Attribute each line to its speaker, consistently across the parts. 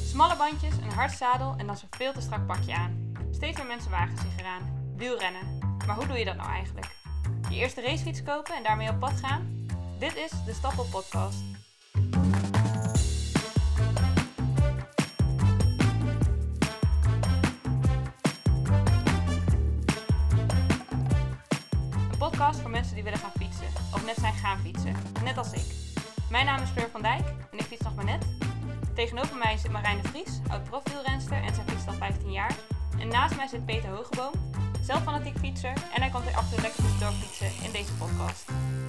Speaker 1: Smalle bandjes, een hard zadel en dan zo'n veel te strak pakje aan. Steeds meer mensen wagen zich eraan. Wielrennen. Maar hoe doe je dat nou eigenlijk? Je eerste racefiets kopen en daarmee op pad gaan? Dit is de Stappel Podcast. Een podcast voor mensen die willen gaan fietsen. Of net zijn gaan fietsen. Net als ik. Mijn naam is Fleur van Dijk en ik fiets nog maar net. Tegenover mij zit Marijn de Vries, oud-profielrenster en zij fietst al 15 jaar. En naast mij zit Peter Hogeboom, zelf fanatiek fietser. En hij komt weer achter lekker tussendoor fietsen in deze podcast.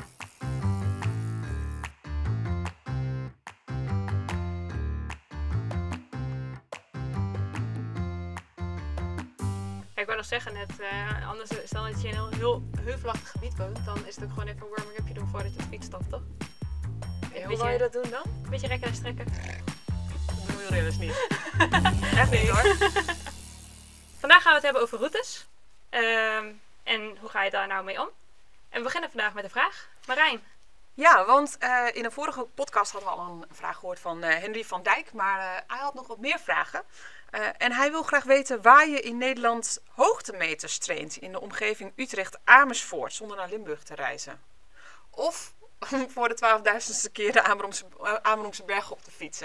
Speaker 1: Ja, ik wou nog zeggen net, anders stel dat je in een heel heuvelachtig gebied woont, dan is het ook gewoon even een warming-upje doen voordat je op de fiets stapt, toch?
Speaker 2: En hoe wil je dat doen dan?
Speaker 1: Een beetje rekken en strekken.
Speaker 2: Dat doen wielrenners niet.
Speaker 1: Echt niet hoor. Vandaag gaan we het hebben over routes. En hoe ga je daar nou mee om? En we beginnen vandaag met een vraag. Marijn.
Speaker 2: Ja, want in een vorige podcast hadden we al een vraag gehoord van Henry van Dijk. Maar hij had nog wat meer vragen. En hij wil graag weten waar je in Nederland hoogtemeters traint. In de omgeving Utrecht-Amersfoort, zonder naar Limburg te reizen. Of voor de 12.000ste keer de Amerongse bergen op te fietsen.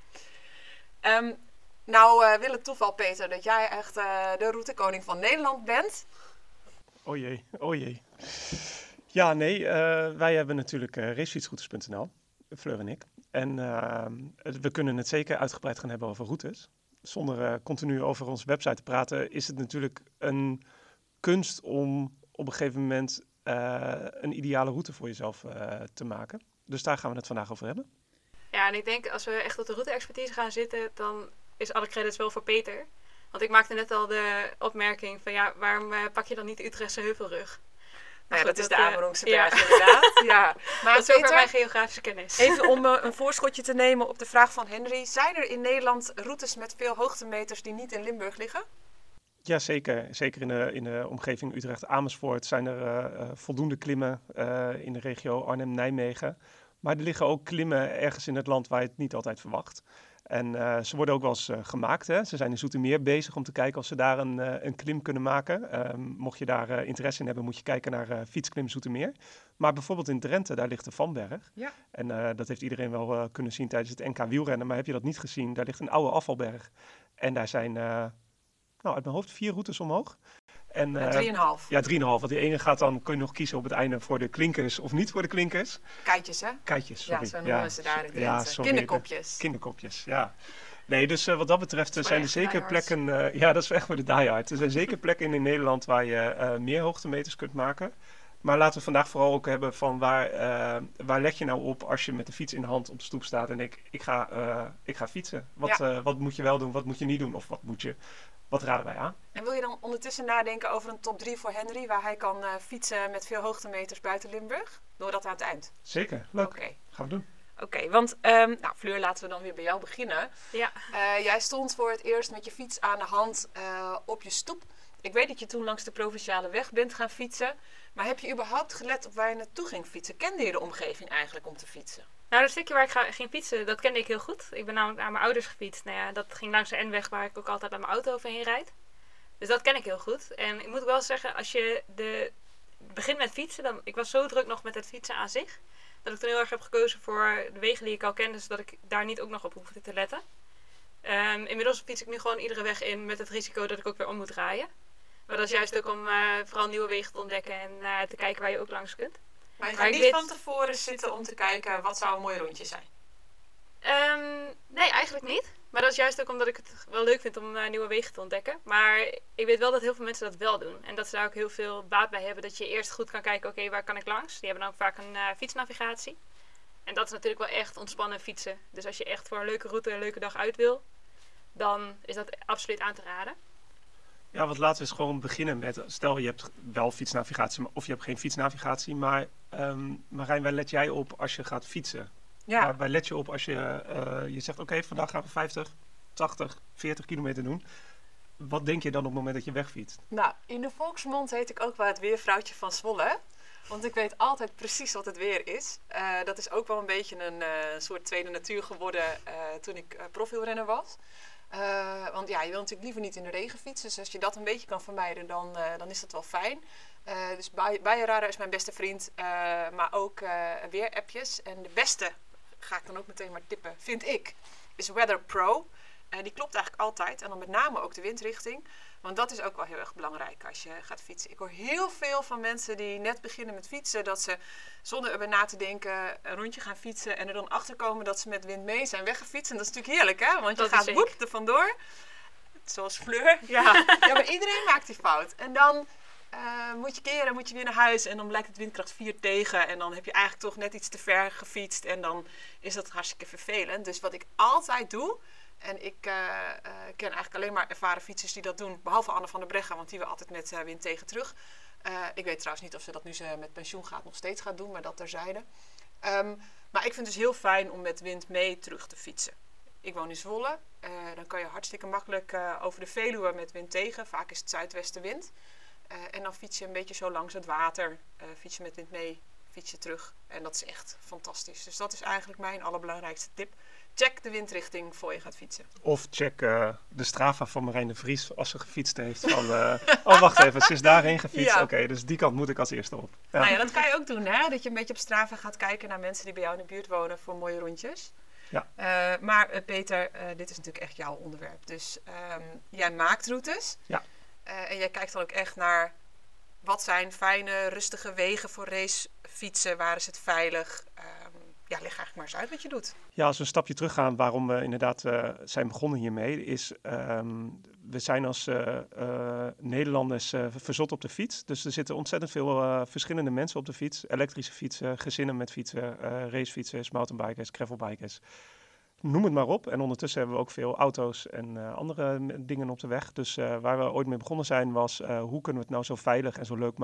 Speaker 2: Wil het toeval, Peter, dat jij echt de routekoning van Nederland bent.
Speaker 3: O jee. Ja, nee, wij hebben natuurlijk racefietsroutes.nl, Fleur en ik. En we kunnen het zeker uitgebreid gaan hebben over routes. Zonder continu over onze website te praten, is het natuurlijk een kunst om op een gegeven moment een ideale route voor jezelf te maken. Dus daar gaan we het vandaag over hebben.
Speaker 1: Ja, en ik denk als we echt op de route-expertise gaan zitten, dan is alle credits wel voor Peter. Want ik maakte net al de opmerking van ja, waarom pak je dan niet de Utrechtse Heuvelrug?
Speaker 2: Nou ja, dat is de Amerongse berg inderdaad. Ja. Maar
Speaker 1: dat is ook mijn geografische kennis.
Speaker 2: Even om een voorschotje te nemen op de vraag van Henry. Zijn er in Nederland routes met veel hoogtemeters die niet in Limburg liggen?
Speaker 3: Ja, zeker. Zeker in de omgeving Utrecht-Amersfoort zijn er voldoende klimmen in de regio Arnhem-Nijmegen. Maar er liggen ook klimmen ergens in het land waar je het niet altijd verwacht. En ze worden ook wel eens gemaakt. Hè. Ze zijn in Zoetermeer bezig om te kijken of ze daar een klim kunnen maken. Mocht je daar interesse in hebben, moet je kijken naar fietsklim Zoetermeer. Maar bijvoorbeeld in Drenthe, daar ligt de Vanberg. Ja. En dat heeft iedereen wel kunnen zien tijdens het NK wielrennen. Maar heb je dat niet gezien? Daar ligt een oude afvalberg. En daar zijn, uit mijn hoofd, 4 routes omhoog. En
Speaker 2: 3,5.
Speaker 3: Ja, 3,5. Want die ene gaat dan, kun je nog kiezen op het einde voor de klinkers of niet voor de klinkers.
Speaker 2: Keitjes, hè?
Speaker 3: Keitjes, sorry.
Speaker 2: Ja, zo noemen ze daar in Drenthe.
Speaker 3: Ja, sorry.
Speaker 2: Kinderkopjes.
Speaker 3: Kinderkopjes, ja. Nee, dus wat dat betreft zijn er zeker
Speaker 1: diehards.
Speaker 3: plekken... ja, dat is echt voor de diehard. Er zijn zeker plekken in Nederland waar je meer hoogtemeters kunt maken. Maar laten we vandaag vooral ook hebben van waar let je nou op als je met de fiets in de hand op de stoep staat en ik ga fietsen. Wat moet je wel doen, wat moet je niet doen of wat raden wij aan?
Speaker 2: En wil je dan ondertussen nadenken over een top 3 voor Henry, waar hij kan fietsen met veel hoogtemeters buiten Limburg? Doen we dat aan het eind?
Speaker 3: Zeker, leuk.
Speaker 2: Oké.
Speaker 3: Gaan we doen.
Speaker 2: Oké, want Fleur, laten we dan weer bij jou beginnen.
Speaker 1: Ja.
Speaker 2: Jij stond voor het eerst met je fiets aan de hand op je stoep. Ik weet dat je toen langs de Provinciale Weg bent gaan fietsen. Maar heb je überhaupt gelet op waar je naartoe ging fietsen? Kende je de omgeving eigenlijk om te fietsen?
Speaker 1: Nou, dat stukje waar ik ging fietsen, dat kende ik heel goed. Ik ben namelijk naar mijn ouders gefietst. Nou ja, dat ging langs de N-weg waar ik ook altijd met mijn auto overheen rijd. Dus dat ken ik heel goed. En ik moet wel zeggen, als je begint met fietsen, ik was zo druk nog met het fietsen aan zich, dat ik toen heel erg heb gekozen voor de wegen die ik al kende, zodat ik daar niet ook nog op hoefde te letten. Inmiddels fiets ik nu gewoon iedere weg in met het risico dat ik ook weer om moet draaien. Maar dat is juist ook om vooral nieuwe wegen te ontdekken en te kijken waar je ook langs kunt.
Speaker 2: Maar je gaat niet van tevoren zitten om te kijken wat zou een mooi rondje zijn?
Speaker 1: Nee, eigenlijk niet. Maar dat is juist ook omdat ik het wel leuk vind om nieuwe wegen te ontdekken. Maar ik weet wel dat heel veel mensen dat wel doen. En dat ze daar ook heel veel baat bij hebben. Dat je eerst goed kan kijken, oké, waar kan ik langs? Die hebben dan ook vaak een fietsnavigatie. En dat is natuurlijk wel echt ontspannen fietsen. Dus als je echt voor een leuke route een leuke dag uit wil, dan is dat absoluut aan te raden.
Speaker 3: Ja, want laten we eens gewoon beginnen met, stel je hebt wel fietsnavigatie of je hebt geen fietsnavigatie. Maar Marijn, waar let jij op als je gaat fietsen?
Speaker 2: Ja.
Speaker 3: Waar let je op als je zegt, oké, vandaag gaan we 50, 80, 40 kilometer doen. Wat denk je dan op het moment dat je wegfietst?
Speaker 2: Nou, in de volksmond heet ik ook wel het weervrouwtje van Zwolle. Want ik weet altijd precies wat het weer is. Dat is ook wel een beetje een soort tweede natuur geworden toen ik profielrenner was. Want ja, je wil natuurlijk liever niet in de regen fietsen. Dus als je dat een beetje kan vermijden, dan is dat wel fijn. Dus Baieradar is mijn beste vriend. Maar ook weerappjes. En de beste, ga ik dan ook meteen maar tippen, vind ik, is Weather Pro. Die klopt eigenlijk altijd. En dan met name ook de windrichting. Want dat is ook wel heel erg belangrijk als je gaat fietsen. Ik hoor heel veel van mensen die net beginnen met fietsen, dat ze zonder erbij na te denken een rondje gaan fietsen en er dan achter komen dat ze met wind mee zijn weggefietst. En dat is natuurlijk heerlijk, hè? Want je gaat woep er vandoor. Zoals Fleur. Ja, maar iedereen maakt die fout. En dan moet je weer naar huis en dan blijkt het windkracht 4 tegen. En dan heb je eigenlijk toch net iets te ver gefietst en dan is dat hartstikke vervelend. Dus wat ik altijd doe, en ik ken eigenlijk alleen maar ervaren fietsers die dat doen, behalve Anne van der Breggen, want die wil altijd met wind tegen terug. Ik weet trouwens niet of ze dat nu ze met pensioen gaat nog steeds gaat doen, maar dat terzijde. Maar ik vind het dus heel fijn om met wind mee terug te fietsen. Ik woon in Zwolle, dan kan je hartstikke makkelijk over de Veluwe met wind tegen. Vaak is het zuidwestenwind. En dan fiets je een beetje zo langs het water, fiets je met wind mee, fiets je terug. En dat is echt fantastisch. Dus dat is eigenlijk mijn allerbelangrijkste tip. Check de windrichting voor je gaat fietsen.
Speaker 3: Of check de Strava van Marijn de Vries als ze gefietst heeft. Oh, wacht even, ze is daarheen gefietst.
Speaker 2: Ja.
Speaker 3: Oké, dus die kant moet ik als eerste op. Ja.
Speaker 2: Nou ja, dat kan je ook doen, hè? Dat je een beetje op Strava gaat kijken naar mensen die bij jou in de buurt wonen voor mooie rondjes.
Speaker 3: Ja.
Speaker 2: Maar Peter, dit is natuurlijk echt jouw onderwerp. Dus jij maakt routes.
Speaker 3: Ja.
Speaker 2: En jij kijkt dan ook echt naar wat zijn fijne, rustige wegen voor racefietsen. Waar is het veilig? Leg eigenlijk maar eens uit wat je doet.
Speaker 3: Ja, als we een stapje teruggaan waarom we inderdaad zijn begonnen hiermee, is we zijn als Nederlanders verzot op de fiets. Dus er zitten ontzettend veel verschillende mensen op de fiets. Elektrische fietsen, gezinnen met fietsen, racefietsers, mountainbikers, gravelbikers. Noem het maar op. En ondertussen hebben we ook veel auto's en andere dingen op de weg. Dus waar we ooit mee begonnen zijn was, hoe kunnen we het nou zo veilig en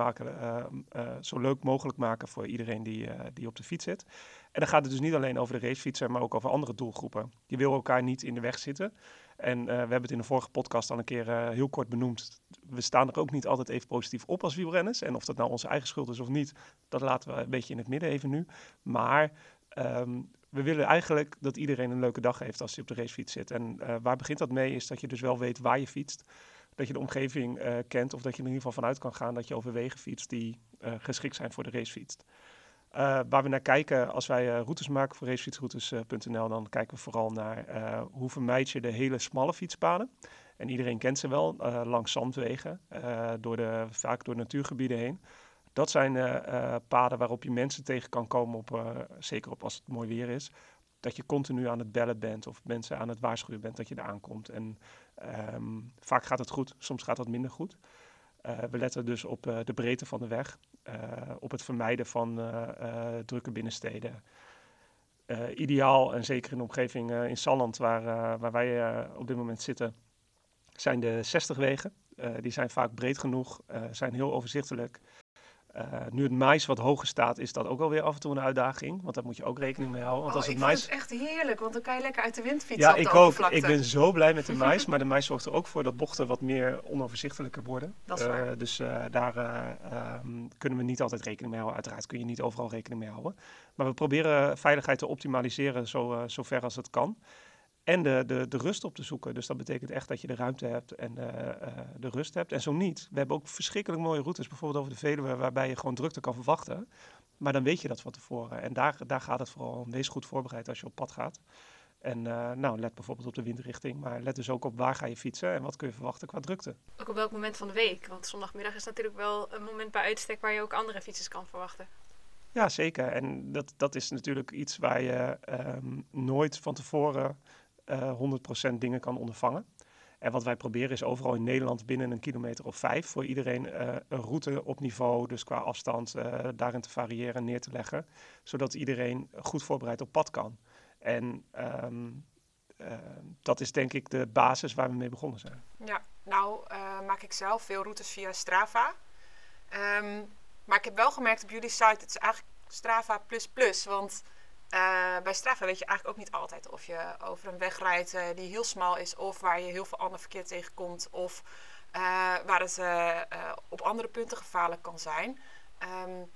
Speaker 3: zo leuk mogelijk maken voor iedereen die op de fiets zit. En dan gaat het dus niet alleen over de racefietser, maar ook over andere doelgroepen. Je wil elkaar niet in de weg zitten. En we hebben het in de vorige podcast al een keer heel kort benoemd. We staan er ook niet altijd even positief op als wielrenners. En of dat nou onze eigen schuld is of niet, dat laten we een beetje in het midden even nu. Maar we willen eigenlijk dat iedereen een leuke dag heeft als hij op de racefiets zit. En waar begint dat mee is dat je dus wel weet waar je fietst. Dat je de omgeving kent of dat je er in ieder geval vanuit kan gaan dat je over wegen fietst die geschikt zijn voor de racefiets. Waar we naar kijken als wij routes maken voor racefietsroutes.nl, dan kijken we vooral naar hoe vermijd je de hele smalle fietspaden. En iedereen kent ze wel, langs zandwegen, vaak door natuurgebieden heen. Dat zijn paden waarop je mensen tegen kan komen, zeker op als het mooi weer is. Dat je continu aan het bellen bent of mensen aan het waarschuwen bent dat je er aankomt. En vaak gaat het goed, soms gaat het minder goed. We letten dus op de breedte van de weg, op het vermijden van drukke binnensteden. Ideaal, en zeker in de omgeving in Salland, waar wij op dit moment zitten, zijn de 60 wegen. Die zijn vaak breed genoeg, zijn heel overzichtelijk. Nu het mais wat hoger staat, is dat ook alweer af en toe een uitdaging. Want daar moet je ook rekening mee houden. Want
Speaker 2: ik vind het echt heerlijk, want dan kan je lekker uit de wind fietsen
Speaker 3: ja,
Speaker 2: op de
Speaker 3: ik ook.
Speaker 2: oppervlakte.
Speaker 3: Ik ben zo blij met de mais. Maar de mais zorgt er ook voor dat bochten wat meer onoverzichtelijker worden.
Speaker 2: Dat is waar.
Speaker 3: Dus daar kunnen we niet altijd rekening mee houden. Uiteraard kun je niet overal rekening mee houden. Maar we proberen veiligheid te optimaliseren zo ver als het kan. En de rust op te zoeken. Dus dat betekent echt dat je de ruimte hebt en de rust hebt. En zo niet. We hebben ook verschrikkelijk mooie routes. Bijvoorbeeld over de Veluwe, waarbij je gewoon drukte kan verwachten. Maar dan weet je dat van tevoren. En daar gaat het vooral om. Wees goed voorbereid als je op pad gaat. En let bijvoorbeeld op de windrichting. Maar let dus ook op waar ga je fietsen en wat kun je verwachten qua drukte.
Speaker 1: Ook op welk moment van de week? Want zondagmiddag is natuurlijk wel een moment bij uitstek waar je ook andere fietsers kan verwachten.
Speaker 3: Ja, zeker. En dat is natuurlijk iets waar je nooit van tevoren 100% dingen kan ondervangen. En wat wij proberen is overal in Nederland binnen 1 kilometer of 5 voor iedereen een route op niveau, dus qua afstand, daarin te variëren en neer te leggen. Zodat iedereen goed voorbereid op pad kan. En dat is denk ik de basis waar we mee begonnen zijn.
Speaker 2: Ja, nou maak ik zelf veel routes via Strava. Maar ik heb wel gemerkt op jullie site, het is eigenlijk Strava++. Want bij Strava weet je eigenlijk ook niet altijd of je over een weg rijdt die heel smal is, of waar je heel veel ander verkeer tegenkomt, of waar het op andere punten gevaarlijk kan zijn.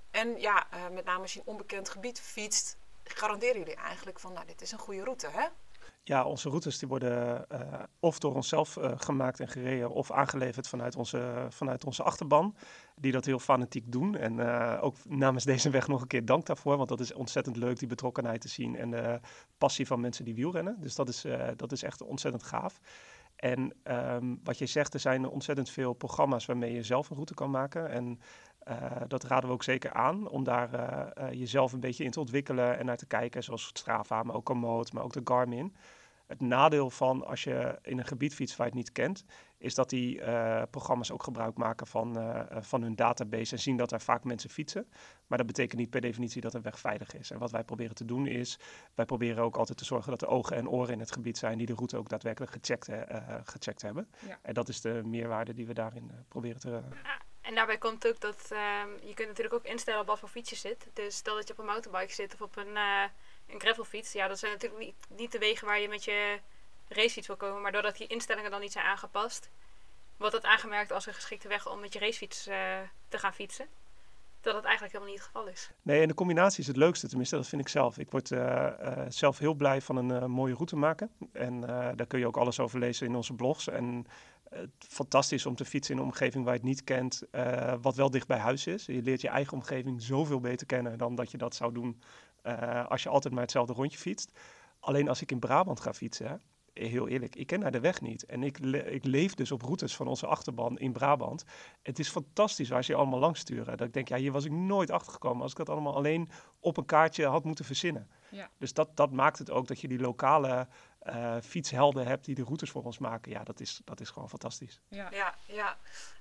Speaker 2: En met name als je in onbekend gebied fietst, garanderen jullie eigenlijk van, dit is een goede route, hè?
Speaker 3: Ja, onze routes die worden of door onszelf gemaakt en gereden of aangeleverd vanuit onze achterban, die dat heel fanatiek doen. En ook namens deze weg nog een keer dank daarvoor, want dat is ontzettend leuk, die betrokkenheid te zien en de passie van mensen die wielrennen. Dus dat is echt ontzettend gaaf. En wat je zegt, er zijn ontzettend veel programma's waarmee je zelf een route kan maken. En dat raden we ook zeker aan, om daar jezelf een beetje in te ontwikkelen en naar te kijken, zoals Strava, maar ook Komoot, maar ook de Garmin. Het nadeel van als je in een gebied fietst waar je het niet kent, is dat die programma's ook gebruik maken van hun database en zien dat er vaak mensen fietsen. Maar dat betekent niet per definitie dat een weg veilig is. En wat wij proberen te doen is, wij proberen ook altijd te zorgen dat er ogen en oren in het gebied zijn die de route ook daadwerkelijk gecheckt hebben. Ja. En dat is de meerwaarde die we daarin proberen te...
Speaker 1: En daarbij komt ook dat je kunt natuurlijk ook instellen op wat voor fiets je zit. Dus stel dat je op een mountainbike zit of op een gravelfiets. Ja, dat zijn natuurlijk niet de wegen waar je met je racefiets wil komen. Maar doordat die instellingen dan niet zijn aangepast, wordt het aangemerkt als een geschikte weg om met je racefiets te gaan fietsen. Dat het eigenlijk helemaal niet het geval is.
Speaker 3: Nee, en de combinatie is het leukste, tenminste, dat vind ik zelf. Ik word zelf heel blij van een mooie route maken. En daar kun je ook alles over lezen in onze blogs. En fantastisch om te fietsen in een omgeving waar je het niet kent, wat wel dicht bij huis is. Je leert je eigen omgeving zoveel beter kennen dan dat je dat zou doen als je altijd maar hetzelfde rondje fietst. Alleen als ik in Brabant ga fietsen, heel eerlijk, ik ken daar de weg niet. En ik leef dus op routes van onze achterban in Brabant. Het is fantastisch waar ze je allemaal langs sturen. Dat ik denk, hier was ik nooit achtergekomen als ik dat allemaal alleen op een kaartje had moeten verzinnen. Ja. Dus dat maakt het ook dat je die lokale fietshelden hebt die de routes voor ons maken. Ja, dat is gewoon fantastisch.
Speaker 2: Ja.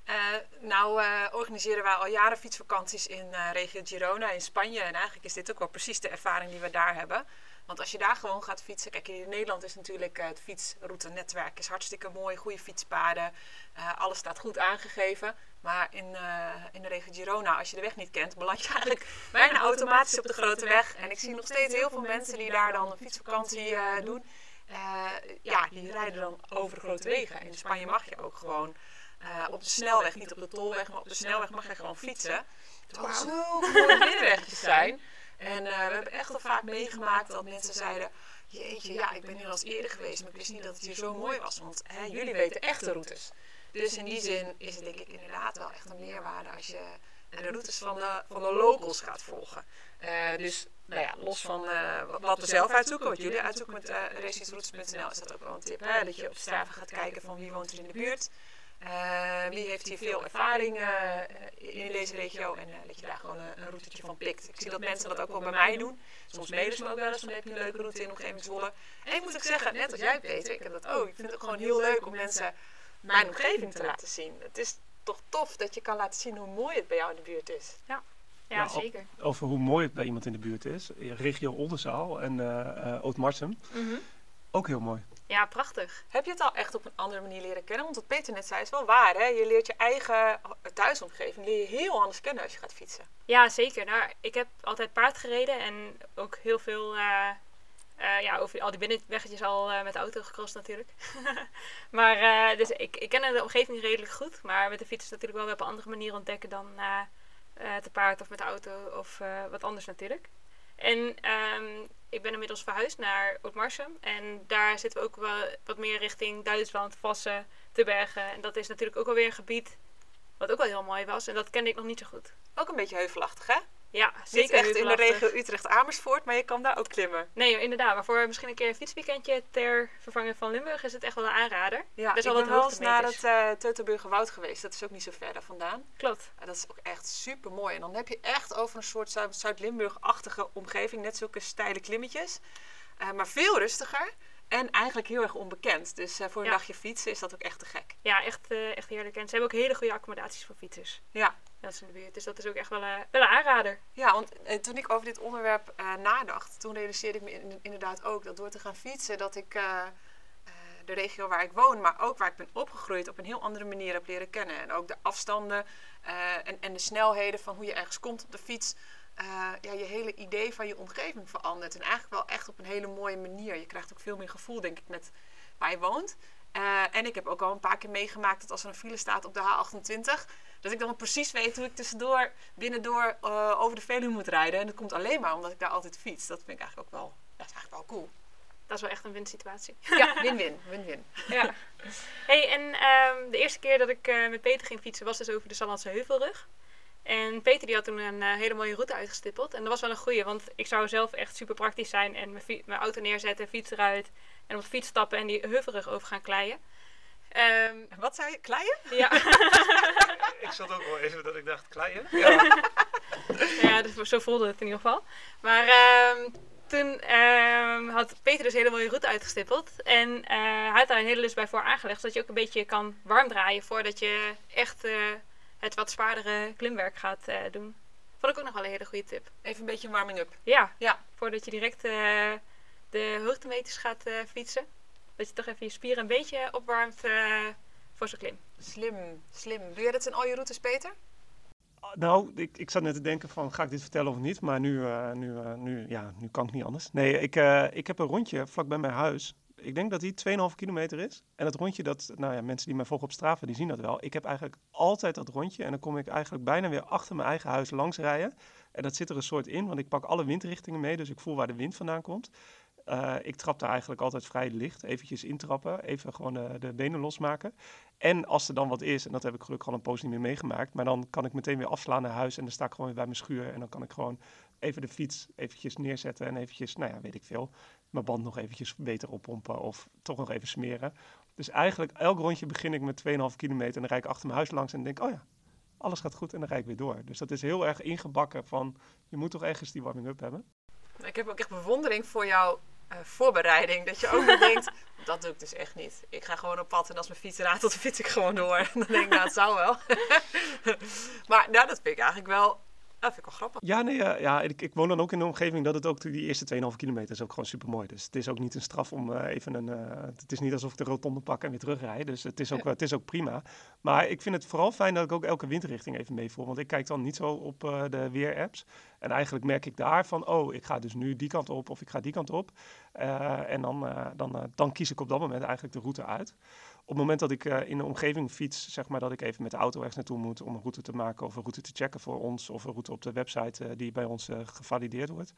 Speaker 2: Organiseren wij al jaren fietsvakanties in regio Girona in Spanje. En eigenlijk is dit ook wel precies de ervaring die we daar hebben. Want als je daar gewoon gaat fietsen... Kijk, in Nederland is natuurlijk het fietsroutenetwerk is hartstikke mooi. Goede fietspaden. Alles staat goed aangegeven. Maar in de regio Girona, als je de weg niet kent, beland je eigenlijk bijna automatisch op de grote weg. En ik zie nog steeds heel veel mensen die daar dan een fietsvakantie doen. Die rijden dan over de grote wegen. In Spanje mag je ook gewoon op de snelweg, niet op de tolweg, maar op de snelweg mag je gewoon fietsen. Terwijl er zoveel mooie binnenwegjes zijn. En we hebben echt al vaak meegemaakt dat mensen zeiden, jeetje, ik ben hier al eens eerder geweest, maar ik wist niet dat het hier zo mooi was. Want jullie weten echt de routes. Dus in die zin is het denk ik inderdaad wel echt een meerwaarde als je de routes van de locals gaat volgen. Los van wat we zelf uitzoeken, wat jullie uitzoeken met racefietsroutes.nl, is dat ook wel een tip. Dat je op Strava gaat kijken van wie woont er in de buurt. Wie heeft hier veel ervaring in deze regio en dat je daar gewoon een routetje van pikt. Ik zie dat mensen dat ook wel bij mij doen. Soms mailen ze me ook wel eens van heb je een leuke route in omgeving Zwolle. En ik moet ook zeggen, net als jij Peter, ik heb dat ook. Ik vind het ook gewoon heel leuk om mensen mijn omgeving te laten zien. Het is toch tof dat je kan laten zien hoe mooi het bij jou in de buurt is.
Speaker 1: Ja, zeker.
Speaker 3: Over hoe mooi het bij iemand in de buurt is. Regio Oldenzaal en Oud-Marsum. Mm-hmm. Ook heel mooi.
Speaker 1: Ja, prachtig.
Speaker 2: Heb je het al echt op een andere manier leren kennen? Want wat Peter net zei is wel waar, hè? Je leert je eigen thuisomgeving leer je heel anders kennen als je gaat fietsen.
Speaker 1: Ja, zeker. Nou, ik heb altijd paard gereden en ook heel veel over al die binnenweggetjes al met de auto gecrossed natuurlijk. Maar dus ik ken de omgeving redelijk goed, maar met de fiets is het natuurlijk wel op een andere manier ontdekken dan te paard of met de auto of wat anders natuurlijk. En ik ben inmiddels verhuisd naar Oud-Marsum. En daar zitten we ook wel wat meer richting Duitsland, Vassen, te Bergen. En dat is natuurlijk ook wel weer een gebied wat ook wel heel mooi was. En dat kende ik nog niet zo goed.
Speaker 2: Ook een beetje heuvelachtig, hè?
Speaker 1: Ja, zeker.
Speaker 2: Niet echt in de regio Utrecht-Amersfoort, maar je kan daar ook klimmen.
Speaker 1: Nee, inderdaad. Maar voor misschien een keer een fietsweekendje ter vervanging van Limburg is het echt wel een aanrader.
Speaker 2: Ja, ik ben wel eens naar het Teutoburger Woud geweest. Dat is ook niet zo ver daar vandaan.
Speaker 1: Klopt.
Speaker 2: Dat is ook echt super mooi. En dan heb je echt over een soort Zuid-Limburg-achtige omgeving. Net zulke steile klimmetjes. Maar veel rustiger. En eigenlijk heel erg onbekend. Dus voor een dagje fietsen is dat ook echt te gek.
Speaker 1: Ja, echt heerlijk. En ze hebben ook hele goede accommodaties voor fietsers.
Speaker 2: Ja.
Speaker 1: Dat is in de buurt. Dus dat is ook echt wel een aanrader.
Speaker 2: Ja, want toen ik over dit onderwerp nadacht, toen realiseerde ik me inderdaad ook dat door te gaan fietsen, dat ik de regio waar ik woon, maar ook waar ik ben opgegroeid, op een heel andere manier heb leren kennen. En ook de afstanden en de snelheden van hoe je ergens komt op de fiets. Je hele idee van je omgeving verandert. En eigenlijk wel echt op een hele mooie manier. Je krijgt ook veel meer gevoel, denk ik, met waar je woont. En ik heb ook al een paar keer meegemaakt dat als er een file staat op de H28, Dat ik dan precies weet hoe ik binnendoor over de Veluwe moet rijden. En dat komt alleen maar omdat ik daar altijd fiets. Dat vind ik eigenlijk ook wel, dat is eigenlijk wel cool.
Speaker 1: Dat is wel echt een win-situatie.
Speaker 2: Ja, win-win.
Speaker 1: Ja. Hey, en de eerste keer dat ik met Peter ging fietsen was dus over de Sallandse Heuvelrug. En Peter die had toen een hele mooie route uitgestippeld. En dat was wel een goeie, want ik zou zelf echt super praktisch zijn. En mijn auto neerzetten, fiets eruit. En op de fiets stappen en die Heuvelrug over gaan kleien.
Speaker 2: Wat zei je? Kleien?
Speaker 1: Ja.
Speaker 3: Ik zat ook wel even dat ik dacht, kleien?
Speaker 1: Ja, dus zo voelde het in ieder geval. Maar toen had Peter dus een hele mooie route uitgestippeld. En hij had daar een hele lus bij voor aangelegd. Zodat je ook een beetje kan warm draaien voordat je echt het wat zwaardere klimwerk gaat doen. Vond ik ook nog wel een hele goede tip.
Speaker 2: Even een beetje een warming-up.
Speaker 1: Ja, voordat je direct de hoogtemeters gaat fietsen. Dat je toch even je spieren een beetje opwarmt voor zo'n klim.
Speaker 2: Slim. Doe jij dat in al je routes, Peter?
Speaker 3: Nou, ik zat net te denken van, ga ik dit vertellen of niet? Maar nu kan ik niet anders. Nee, ik heb een rondje vlak bij mijn huis. Ik denk dat die 2,5 kilometer is. En dat rondje, mensen die mij volgen op Strava, die zien dat wel. Ik heb eigenlijk altijd dat rondje. En dan kom ik eigenlijk bijna weer achter mijn eigen huis langs rijden. En dat zit er een soort in, want ik pak alle windrichtingen mee. Dus ik voel waar de wind vandaan komt. Ik trap daar eigenlijk altijd vrij licht. Eventjes intrappen, even gewoon de benen losmaken. En als er dan wat is, en dat heb ik gelukkig al een poos niet meer meegemaakt, maar dan kan ik meteen weer afslaan naar huis en dan sta ik gewoon weer bij mijn schuur. En dan kan ik gewoon even de fiets eventjes neerzetten en eventjes, weet ik veel, mijn band nog eventjes beter oppompen of toch nog even smeren. Dus eigenlijk elk rondje begin ik met 2,5 kilometer en dan rijd ik achter mijn huis langs en denk, oh ja, alles gaat goed en dan rijd ik weer door. Dus dat is heel erg ingebakken van, je moet toch ergens die warming-up hebben.
Speaker 2: Ik heb ook echt bewondering voor jouw voorbereiding. Dat je ook nog denkt, dat doe ik dus echt niet. Ik ga gewoon op pad en als mijn fiets ratelt, dan fiets ik gewoon door. En dan denk ik, het zou wel. Maar dat vind ik eigenlijk wel, dat vind ik wel grappig.
Speaker 3: Ik woon dan ook in de omgeving dat het ook die eerste 2,5 kilometer is ook gewoon super mooi. Dus het is ook niet een straf om het is niet alsof ik de rotonde pak en weer terugrijd. Dus het is ook prima. Maar ik vind het vooral fijn dat ik ook elke windrichting even meevoer. Want ik kijk dan niet zo op de weerapps. En eigenlijk merk ik daar van, ik ga dus nu die kant op of ik ga die kant op. En dan kies ik op dat moment eigenlijk de route uit. Op het moment dat ik in de omgeving fiets, zeg maar dat ik even met de auto ergens naartoe moet om een route te maken of een route te checken voor ons of een route op de website die bij ons gevalideerd wordt.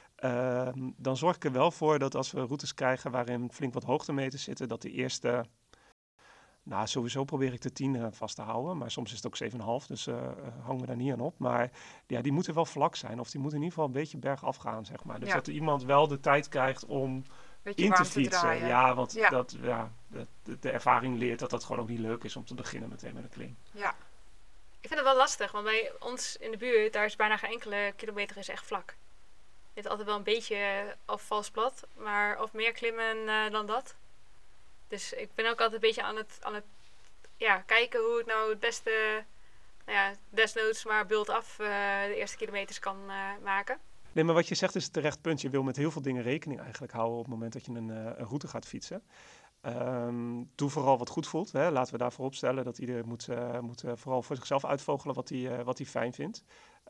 Speaker 3: Dan zorg ik er wel voor dat als we routes krijgen waarin flink wat hoogtemeters zitten, dat de eerste, sowieso probeer ik de 10 vast te houden, maar soms is het ook 7,5, dus hangen we daar niet aan op. Maar ja, die moeten wel vlak zijn of die moeten in ieder geval een beetje bergaf gaan, zeg maar. Dus dat iemand wel de tijd krijgt om in te fietsen. Ja, want de ervaring leert dat gewoon ook niet leuk is om te beginnen meteen met een klim.
Speaker 2: Ja.
Speaker 1: Ik vind het wel lastig, want bij ons in de buurt, daar is bijna geen enkele kilometer is echt vlak. Het is altijd wel een beetje of vals plat, maar of meer klimmen dan dat. Dus ik ben ook altijd een beetje aan het kijken hoe ik nou het beste, desnoods maar bult af de eerste kilometers kan maken.
Speaker 3: Nee, maar wat je zegt is een terecht punt. Je wil met heel veel dingen rekening eigenlijk houden op het moment dat je een route gaat fietsen. Doe vooral wat goed voelt. Hè. Laten we daarvoor opstellen dat iedereen moet vooral voor zichzelf uitvogelen wat hij fijn vindt.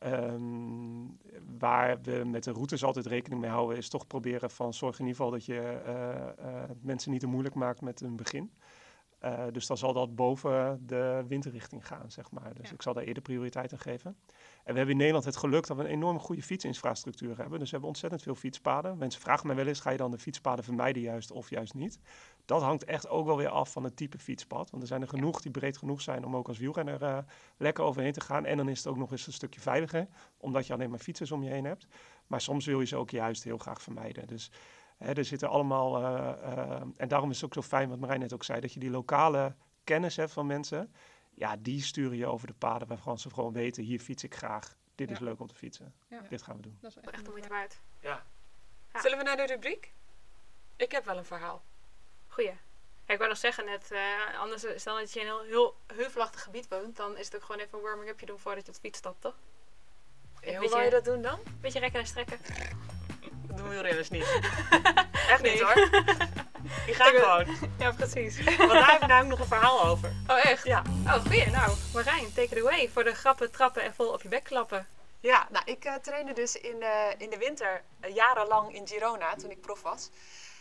Speaker 3: Waar we met de routes altijd rekening mee houden is toch proberen van zorg in ieder geval dat je mensen niet te moeilijk maakt met een begin. Dus dan zal dat boven de windrichting gaan, zeg maar. Dus ik zal daar eerder prioriteit aan geven. En we hebben in Nederland het geluk dat we een enorm goede fietsinfrastructuur hebben. Dus we hebben ontzettend veel fietspaden. Mensen vragen mij wel eens, ga je dan de fietspaden vermijden juist of juist niet? Dat hangt echt ook wel weer af van het type fietspad. Want er zijn er genoeg die breed genoeg zijn om ook als wielrenner lekker overheen te gaan. En dan is het ook nog eens een stukje veiliger, omdat je alleen maar fietsers om je heen hebt. Maar soms wil je ze ook juist heel graag vermijden. Dus er zitten allemaal, en daarom is het ook zo fijn, wat Marijn net ook zei, dat je die lokale kennis hebt van mensen. Ja, die sturen je over de paden waarvan ze gewoon weten, hier fiets ik graag. Dit is leuk om te fietsen. Ja. Dit gaan we doen.
Speaker 1: Dat is echt de moeite waard.
Speaker 3: Ja.
Speaker 2: Zullen we naar de rubriek? Ik heb wel een verhaal.
Speaker 1: Goeie. Ja, ik wou nog zeggen net, anders stel dat je in een heel heuvelachtig gebied woont, dan is het ook gewoon even een warming-upje doen voordat je op de fiets stapt, toch?
Speaker 2: Hoe wil je dat doen dan?
Speaker 1: Een beetje rekken en strekken.
Speaker 2: Dat doen wielrenners niet. Echt niet hoor. Die gaan gewoon.
Speaker 1: Ja, precies.
Speaker 2: Want daar heb ik namelijk nog een verhaal over.
Speaker 1: Oh, echt?
Speaker 2: Ja.
Speaker 1: Oh, goeie. Nou, Marijn, take it away. Voor de grappen, trappen en vol op je bek klappen.
Speaker 2: Ja, ik trainde dus in de winter jarenlang in Girona toen ik prof was.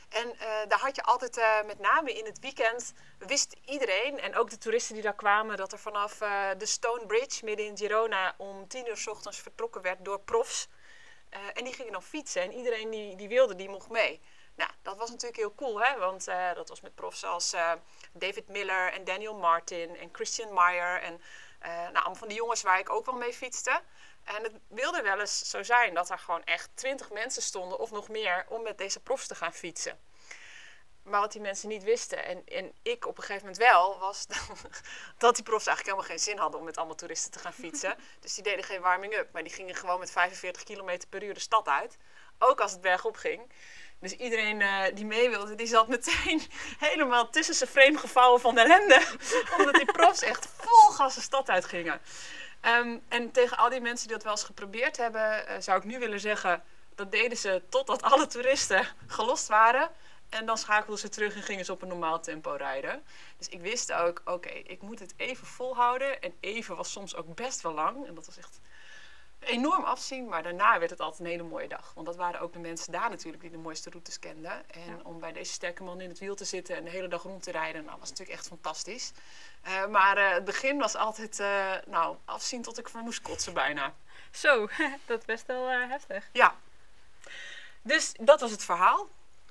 Speaker 2: En daar had je altijd, met name in het weekend, wist iedereen, en ook de toeristen die daar kwamen, dat er vanaf de Stone Bridge midden in Girona om 10 uur 's ochtends vertrokken werd door profs. En die gingen dan fietsen en iedereen die wilde, die mocht mee. Nou, dat was natuurlijk heel cool, hè? Want dat was met profs als David Miller en Daniel Martin en Christian Meyer. En allemaal van die jongens waar ik ook wel mee fietste. En het wilde wel eens zo zijn dat er gewoon echt 20 mensen stonden of nog meer om met deze profs te gaan fietsen. Maar wat die mensen niet wisten, en ik op een gegeven moment wel, was dat die profs eigenlijk helemaal geen zin hadden om met allemaal toeristen te gaan fietsen. Dus die deden geen warming-up, maar die gingen gewoon met 45 km per uur de stad uit. Ook als het bergop ging. Dus iedereen die mee wilde, die zat meteen helemaal tussen zijn frame gevouwen van de ellende. Omdat die profs echt vol gas de stad uit gingen. En tegen al die mensen die dat wel eens geprobeerd hebben, zou ik nu willen zeggen, dat deden ze totdat alle toeristen gelost waren. En dan schakelden ze terug en gingen ze op een normaal tempo rijden. Dus ik wist ook, oké, ik moet het even volhouden. En even was soms ook best wel lang. En dat was echt enorm afzien. Maar daarna werd het altijd een hele mooie dag. Want dat waren ook de mensen daar natuurlijk die de mooiste routes kenden. En om bij deze sterke man in het wiel te zitten en de hele dag rond te rijden, nou, was natuurlijk echt fantastisch. Maar het begin was altijd afzien tot ik van moest kotsen bijna.
Speaker 1: Zo, dat is best wel heftig.
Speaker 2: Ja. Dus dat was het verhaal.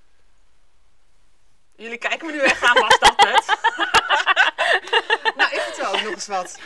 Speaker 2: Jullie kijken me nu echt aan, was dat het? Nou, ik vertel ook nog eens wat.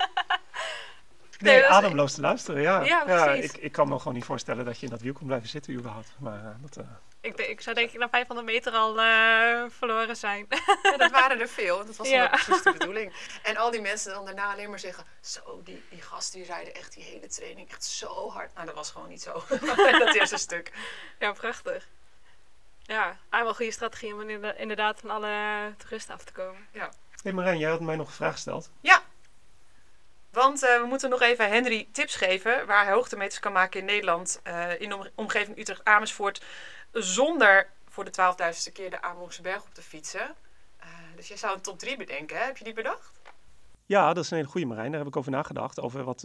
Speaker 3: Nee, ademloos te luisteren, ja.
Speaker 1: Ja, precies.
Speaker 3: Ik kan me gewoon niet voorstellen dat je in dat wiel kon blijven zitten überhaupt. Maar
Speaker 1: Ik zou denk ik na 500 meter al verloren zijn.
Speaker 2: Ja, dat waren er veel. Dat was dan ook precies de bedoeling. En al die mensen dan daarna alleen maar zeggen, zo, die gasten die rijden echt die hele training echt zo hard. Nou, dat was gewoon niet zo. Dat eerste stuk.
Speaker 1: Ja, prachtig. Ja, wel een goede strategie om inderdaad van alle toeristen af te komen.
Speaker 2: Ja.
Speaker 3: Hey Marijn, jij had mij nog een vraag gesteld.
Speaker 2: Ja. Want we moeten nog even Henry tips geven waar hij hoogtemeters kan maken in Nederland. In de omgeving Utrecht-Amersfoort. Zonder voor de 12.000ste keer de Amerongse berg op te fietsen. Dus jij zou een top 3 bedenken, hè? Heb je die bedacht?
Speaker 3: Ja, dat is een hele goede, Marijn. Daar heb ik over nagedacht. Over wat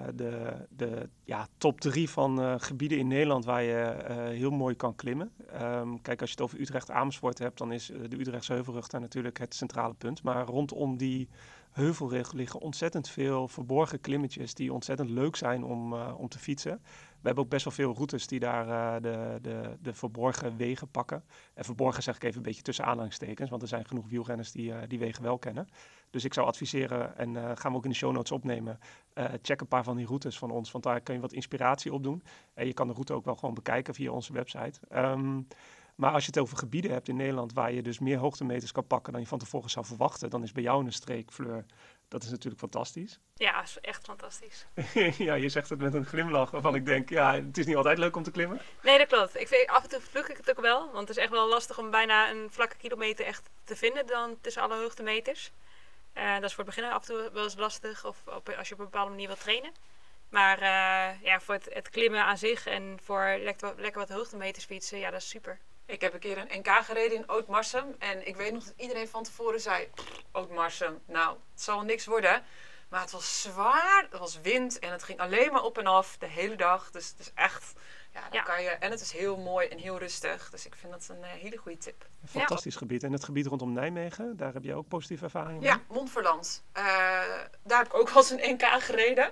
Speaker 3: de top 3 van gebieden in Nederland waar je heel mooi kan klimmen. Kijk, als je het over Utrecht-Amersfoort hebt, dan is de Utrechtse Heuvelrug daar natuurlijk het centrale punt. Maar rondom die heuvelrug liggen ontzettend veel verborgen klimmetjes die ontzettend leuk zijn om te fietsen. We hebben ook best wel veel routes die daar de verborgen wegen pakken. En verborgen zeg ik even een beetje tussen aanhalingstekens, want er zijn genoeg wielrenners die wegen wel kennen. Dus ik zou adviseren, en gaan we ook in de show notes opnemen, check een paar van die routes van ons, want daar kun je wat inspiratie op doen. En je kan de route ook wel gewoon bekijken via onze website. Maar als je het over gebieden hebt in Nederland waar je dus meer hoogtemeters kan pakken dan je van tevoren zou verwachten, dan is bij jou een streek, Fleur, dat is natuurlijk fantastisch.
Speaker 1: Ja, is echt fantastisch.
Speaker 3: Ja, je zegt het met een glimlach waarvan ik denk, ja, het is niet altijd leuk om te klimmen.
Speaker 1: Nee, dat klopt. Af en toe vloek ik het ook wel, want het is echt wel lastig om bijna een vlakke kilometer echt te vinden dan tussen alle hoogtemeters. Dat is voor het begin af en toe wel eens lastig, of als je op een bepaalde manier wilt trainen. Maar voor het klimmen aan zich en voor lekker wat hoogtemeters fietsen, ja, dat is super.
Speaker 2: Ik heb een keer een NK gereden in Oud-Marsum. En ik weet nog dat iedereen van tevoren zei, Oud-Marsum, nou, het zal niks worden. Maar het was zwaar, er was wind en het ging alleen maar op en af de hele dag. Dus het is echt, kan je, en het is heel mooi en heel rustig. Dus ik vind dat een hele goede tip.
Speaker 3: Een fantastisch gebied. En het gebied rondom Nijmegen, daar heb je ook positieve ervaringen mee?
Speaker 2: Ja, Montferland. Daar heb ik ook wel eens een NK gereden.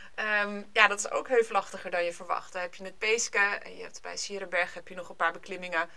Speaker 2: Dat is ook heuvelachtiger dan je verwacht. Dan heb je het Peeske en je hebt bij Sierenberg heb je nog een paar beklimmingen.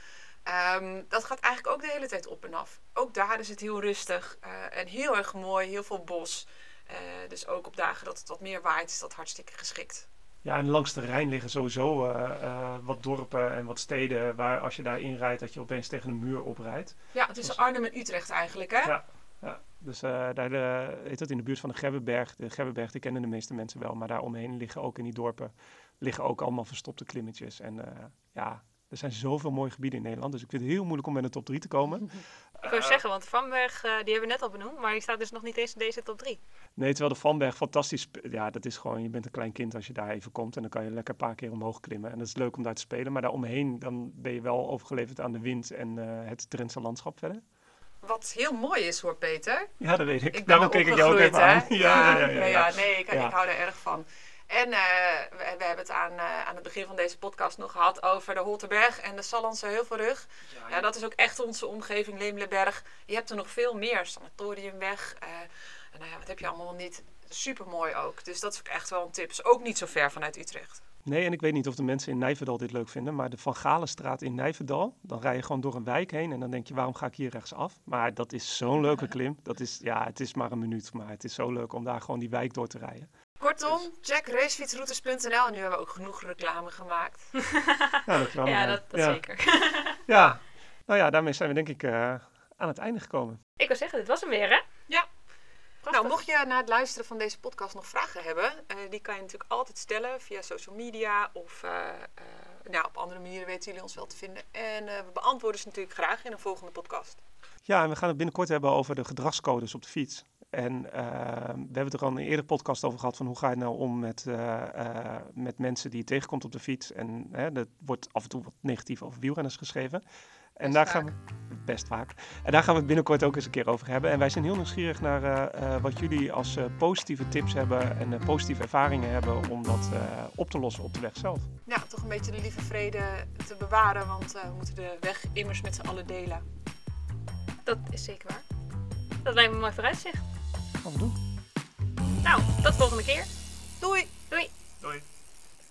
Speaker 2: Dat gaat eigenlijk ook de hele tijd op en af. Ook daar is het heel rustig en heel erg mooi, heel veel bos. Dus ook op dagen dat het wat meer waait is dat hartstikke geschikt.
Speaker 3: Ja, en langs de Rijn liggen sowieso wat dorpen en wat steden waar als je daarin rijdt dat je opeens tegen een muur oprijdt.
Speaker 2: Ja, tussen Arnhem en Utrecht eigenlijk, hè?
Speaker 3: Ja. Dus daar heet het in de buurt van de Gebbenberg. De Gebbenberg, die kennen de meeste mensen wel. Maar daar omheen liggen ook in die dorpen ook allemaal verstopte klimmetjes. En er zijn zoveel mooie gebieden in Nederland. Dus ik vind het heel moeilijk om bij de top 3 te komen.
Speaker 1: Ik wou zeggen, want Vanberg, die hebben we net al benoemd. Maar die staat dus nog niet eens in deze top 3.
Speaker 3: Nee, terwijl de Vanberg fantastisch... Ja, dat is gewoon... Je bent een klein kind als je daar even komt. En dan kan je lekker een paar keer omhoog klimmen. En dat is leuk om daar te spelen. Maar daar omheen, dan ben je wel overgeleverd aan de wind en het Drentse landschap verder.
Speaker 2: Wat heel mooi is hoor, Peter.
Speaker 3: Ja, dat weet ik.
Speaker 2: Ik
Speaker 3: Daarom keek ik jou ook even aan.
Speaker 2: Ja, nee, ik hou er erg van. En we hebben het aan het begin van deze podcast nog gehad over de Holterberg en de Sallandse Heuvelrug. Ja, dat is ook echt onze omgeving, Leemleberg. Je hebt er nog veel meer, Sanatoriumweg. Wat heb je allemaal niet? Supermooi ook. Dus dat is ook echt wel een tip. Is ook niet zo ver vanuit Utrecht.
Speaker 3: Nee, en ik weet niet of de mensen in Nijverdal dit leuk vinden, maar de Van Galenstraat in Nijverdal, dan rij je gewoon door een wijk heen en dan denk je, waarom ga ik hier rechtsaf? Maar dat is zo'n leuke klim. Het is maar een minuut, maar het is zo leuk om daar gewoon die wijk door te rijden.
Speaker 2: Kortom, check racefietsroutes.nl. En nu hebben we ook genoeg reclame gemaakt.
Speaker 3: Dankjewel.
Speaker 1: Ja, dat zeker.
Speaker 3: Ja, nou ja, daarmee zijn we denk ik aan het einde gekomen.
Speaker 1: Ik wil zeggen, dit was hem weer, hè?
Speaker 2: Ja.
Speaker 1: Prachtig.
Speaker 2: Nou, mocht je na het luisteren van deze podcast nog vragen hebben, die kan je natuurlijk altijd stellen via social media of op andere manieren weten jullie ons wel te vinden. En we beantwoorden ze natuurlijk graag in een volgende podcast.
Speaker 3: Ja, en we gaan het binnenkort hebben over de gedragscodes op de fiets. En we hebben het er al in een eerdere podcast over gehad van hoe ga je nou om met mensen die je tegenkomt op de fiets. En er wordt af en toe wat negatief over wielrenners geschreven. En daar gaan we best vaak. En daar gaan we het binnenkort ook eens een keer over hebben. En wij zijn heel nieuwsgierig naar wat jullie als positieve tips hebben en positieve ervaringen hebben om dat op te lossen op de weg zelf.
Speaker 2: Ja, toch een beetje de lieve vrede te bewaren, want we moeten de weg immers met z'n allen delen.
Speaker 1: Dat is zeker waar. Dat lijkt me een mooi vooruitzicht.
Speaker 3: Gaan we doen.
Speaker 1: Nou, tot de volgende keer.
Speaker 2: Doei!